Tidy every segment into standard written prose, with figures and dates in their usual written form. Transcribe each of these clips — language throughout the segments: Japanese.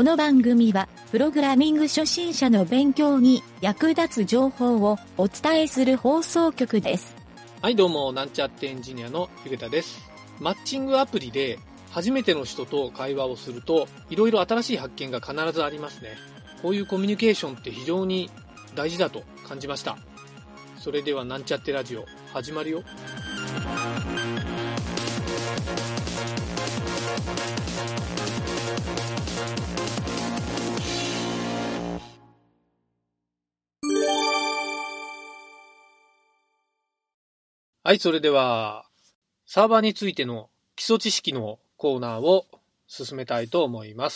の番組は、プログラミング初心者の勉強に役立つ情報をお伝えする放送局です。 はい、どうも、なんちゃってエンジニアのゆげたです。マッチングアプリで初めての人と会話をすると、いろいろ新しい発見が必ずありますね。こういうコミュニケーションって非常に大事だと感じました。それではなんちゃってラジオ始まるよ。はい、それではサーバーについての基礎知識のコーナーを進めたいと思います。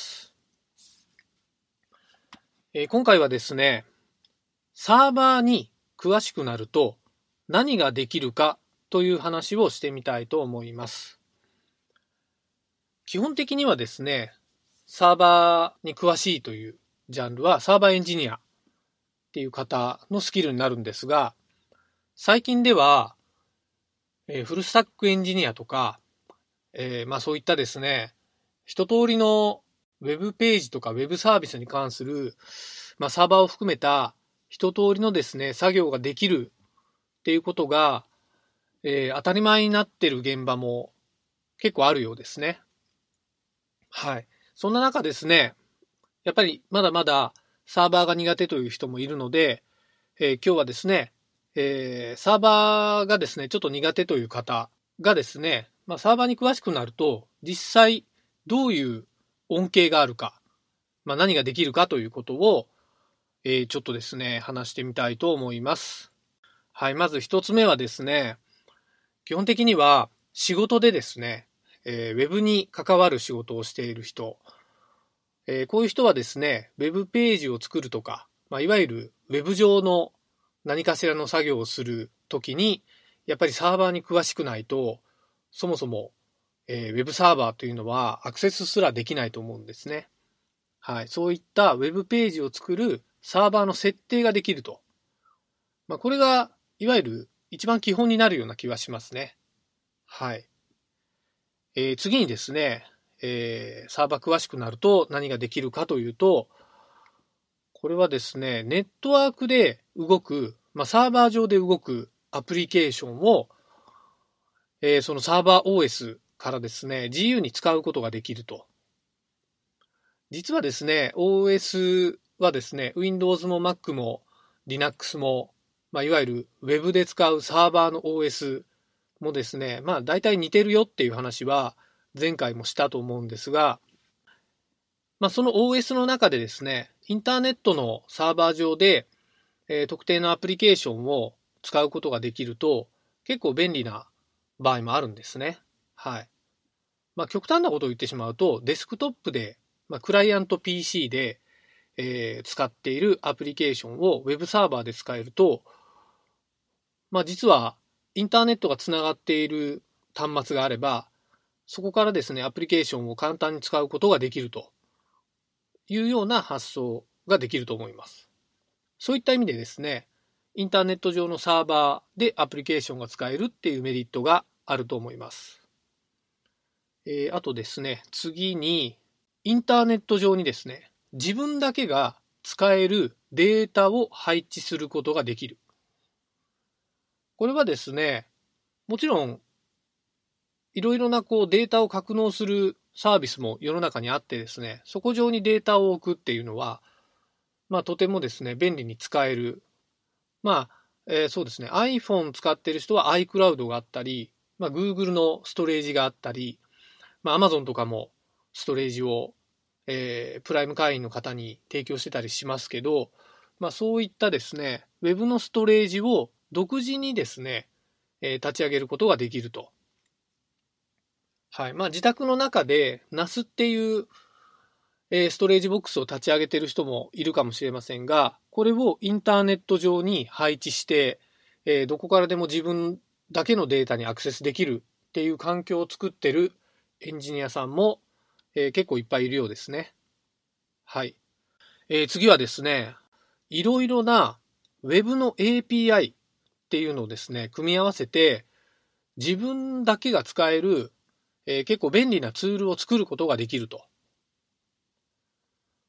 今回はですね、サーバーに詳しくなると何ができるかという話をしてみたいと思います。基本的にはですね、サーバーに詳しいというジャンルはサーバーエンジニアっていう方のスキルになるんですが、最近ではフルスタックエンジニアとか、そういったですね、一通りのウェブページとかウェブサービスに関する、サーバーを含めた一通りのですね、作業ができるっていうことが、当たり前になってる現場も結構あるようですね。はい。そんな中ですね、やっぱりまだまだサーバーが苦手という人もいるので、今日はですね、サーバーがですね、ちょっと苦手という方がですね、サーバーに詳しくなると、実際どういう恩恵があるか、何ができるかということを、ちょっとですね、話してみたいと思います。はい、まず一つ目はですね、基本的には仕事でですね、ウェブに関わる仕事をしている人、こういう人はですね、ウェブページを作るとか、いわゆるウェブ上の何かしらの作業をするときに、やっぱりサーバーに詳しくないと、そもそも、ウェブサーバーというのはアクセスすらできないと思うんですね。はい。そういったウェブページを作るサーバーの設定ができると。これが、いわゆる一番基本になるような気はしますね。はい。次にですね、サーバー詳しくなると何ができるかというと、これはですね、ネットワークで動く、サーバー上で動くアプリケーションを、そのサーバー OS からですね、自由に使うことができると。実はですね、OS はですね、Windows も Mac も Linux も、いわゆる Web で使うサーバーの OS もですね、大体似てるよっていう話は前回もしたと思うんですが、その OS の中でですね、インターネットのサーバー上で、特定のアプリケーションを使うことができると、結構便利な場合もあるんですね。はい。極端なことを言ってしまうと、デスクトップで、クライアント PC で、使っているアプリケーションを Web サーバーで使えると、実はインターネットがつながっている端末があれば、そこからですね、アプリケーションを簡単に使うことができるというような発想ができると思います。そういった意味でですね、インターネット上のサーバーでアプリケーションが使えるっていうメリットがあると思います。あとですね、次に、インターネット上にですね、自分だけが使えるデータを配置することができる。これはですね、もちろん、いろいろなデータを格納するサービスも世の中にあってですね、そこ上にデータを置くっていうのは、とてもですね、便利に使える。そうですね、iPhone 使ってる人は iCloud があったり、Google のストレージがあったり、Amazon とかもストレージを、プライム会員の方に提供してたりしますけど、そういったですね、Web のストレージを独自にですね、立ち上げることができると。はい。自宅の中で NAS っていう、ストレージボックスを立ち上げている人もいるかもしれませんが、これをインターネット上に配置して、どこからでも自分だけのデータにアクセスできるっていう環境を作ってるエンジニアさんも、結構いっぱいいるようですね。はい。次はですね、いろいろな Web の API っていうのをですね、組み合わせて自分だけが使える、結構便利なツールを作ることができると。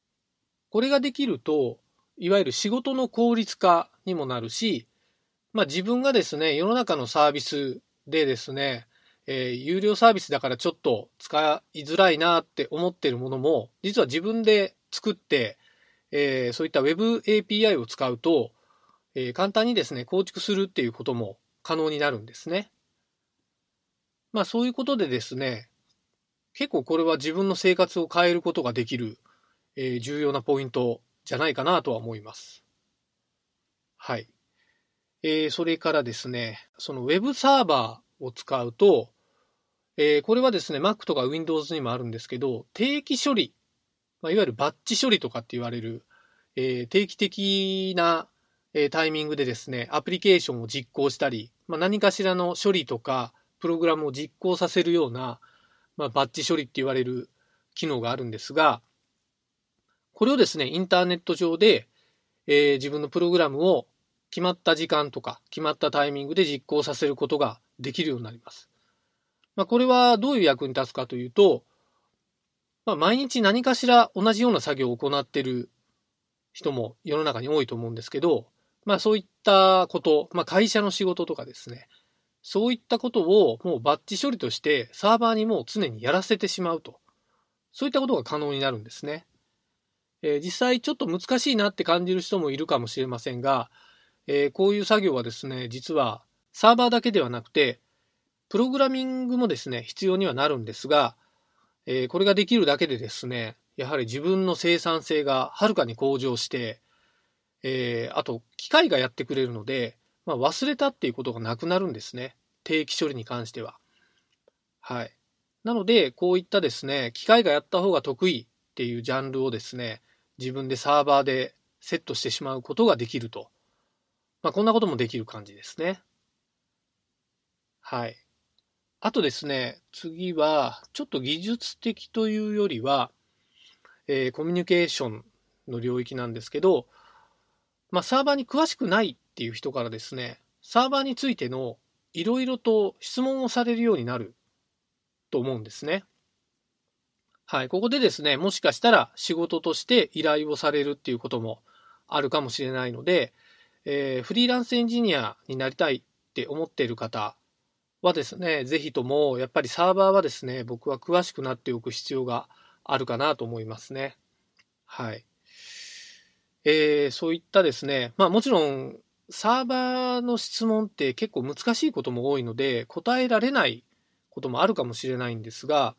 これができると、いわゆる仕事の効率化にもなるし、自分がですね、世の中のサービスでですね、有料サービスだからちょっと使いづらいなって思っているものも、実は自分で作って、そういった Web API を使うと、簡単にですね、構築するっていうことも可能になるんですね。そういうことでですね、結構これは自分の生活を変えることができる、重要なポイントじゃないかなとは思います。はい。それからですね、その Web サーバーを使うと、これはですね、Mac とか Windows にもあるんですけど、定期処理、いわゆるバッチ処理とかって言われる、定期的な、タイミングでですね、アプリケーションを実行したり、何かしらの処理とか、プログラムを実行させるような、バッチ処理って言われる機能があるんですが、これをですね、インターネット上で、自分のプログラムを決まった時間とか、決まったタイミングで実行させることができるようになります。これはどういう役に立つかというと、毎日何かしら同じような作業を行っている人も世の中に多いと思うんですけど、そういったこと、会社の仕事とかですね、そういったことをもうバッチ処理としてサーバーにもう常にやらせてしまうと。そういったことが可能になるんですね。実際ちょっと難しいなって感じる人もいるかもしれませんが、こういう作業はですね、実はサーバーだけではなくて、プログラミングもですね、必要にはなるんですが、これができるだけでですね、やはり自分の生産性がはるかに向上して、あと機械がやってくれるので、忘れたっていうことがなくなるんですね。定期処理に関しては。はい。なので、こういったですね、機械がやった方が得意っていうジャンルをですね、自分でサーバーでセットしてしまうことができると。こんなこともできる感じですね。はい。あとですね、次は、ちょっと技術的というよりは、コミュニケーションの領域なんですけど、サーバーに詳しくないっていう人からですね、サーバーについてのいろいろと質問をされるようになると思うんですね。はい、ここでですね、もしかしたら仕事として依頼をされるっていうこともあるかもしれないので、フリーランスエンジニアになりたいって思っている方はですね、ぜひともやっぱりサーバーはですね、僕は詳しくなっておく必要があるかなと思いますね。はい。そういったですね、もちろんサーバーの質問って結構難しいことも多いので、答えられないこともあるかもしれないんですが、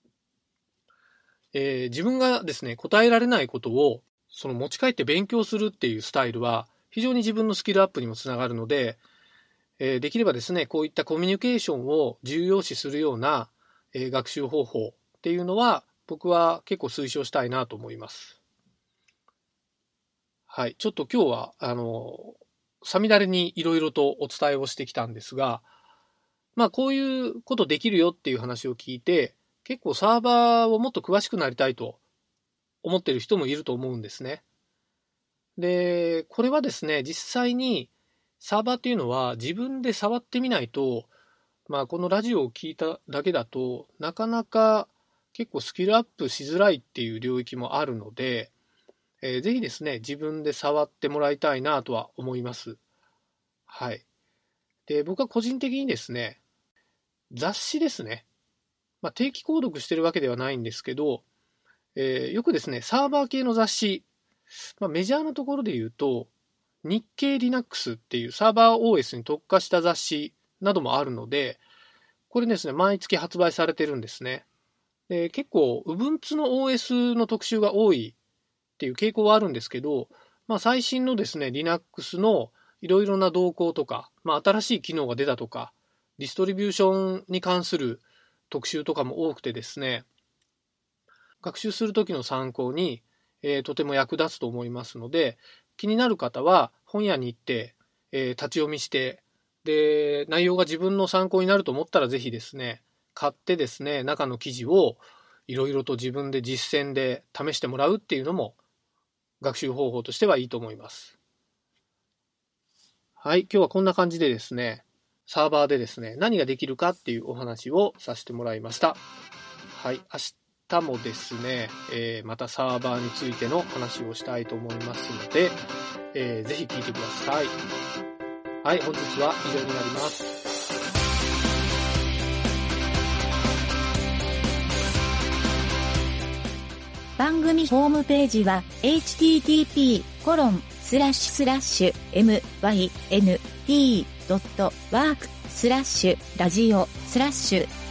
自分がですね、答えられないことをその持ち帰って勉強するっていうスタイルは非常に自分のスキルアップにもつながるので、できればですね、こういったコミュニケーションを重要視するような、学習方法っていうのは僕は結構推奨したいなと思います。はい。ちょっと今日は、さみだれにいろいろとお伝えをしてきたんですが、こういうことできるよっていう話を聞いて、結構サーバーをもっと詳しくなりたいと思っている人もいると思うんですね。で、これはですね、実際にサーバーっていうのは自分で触ってみないと、このラジオを聞いただけだとなかなか結構スキルアップしづらいっていう領域もあるので、ぜひですね、自分で触ってもらいたいなとは思います。はい。で、僕は個人的にですね、雑誌ですね。定期購読してるわけではないんですけど、よくですね、サーバー系の雑誌、メジャーなところで言うと、日経リナックスっていうサーバー OS に特化した雑誌などもあるので、これですね、毎月発売されてるんですね。で、結構、Ubuntu の OS の特集が多いっていう傾向はあるんですけど、最新のですね、Linux のいろいろな動向とか、新しい機能が出たとか、ディストリビューションに関する特集とかも多くてですね、学習するときの参考に、とても役立つと思いますので、気になる方は本屋に行って、立ち読みして、で、内容が自分の参考になると思ったらぜひですね、買ってですね、中の記事をいろいろと自分で実践で試してもらうっていうのも学習方法としてはいいと思います。はい、今日はこんな感じでですね、サーバーでですね、何ができるかっていうお話をさせてもらいました。はい、明日日もですね、またサーバーについての話をしたいと思いますので、ぜひ聞いてください。はい、本日は以上になります。 番組ホームページは http://mynt.work/ラジオ/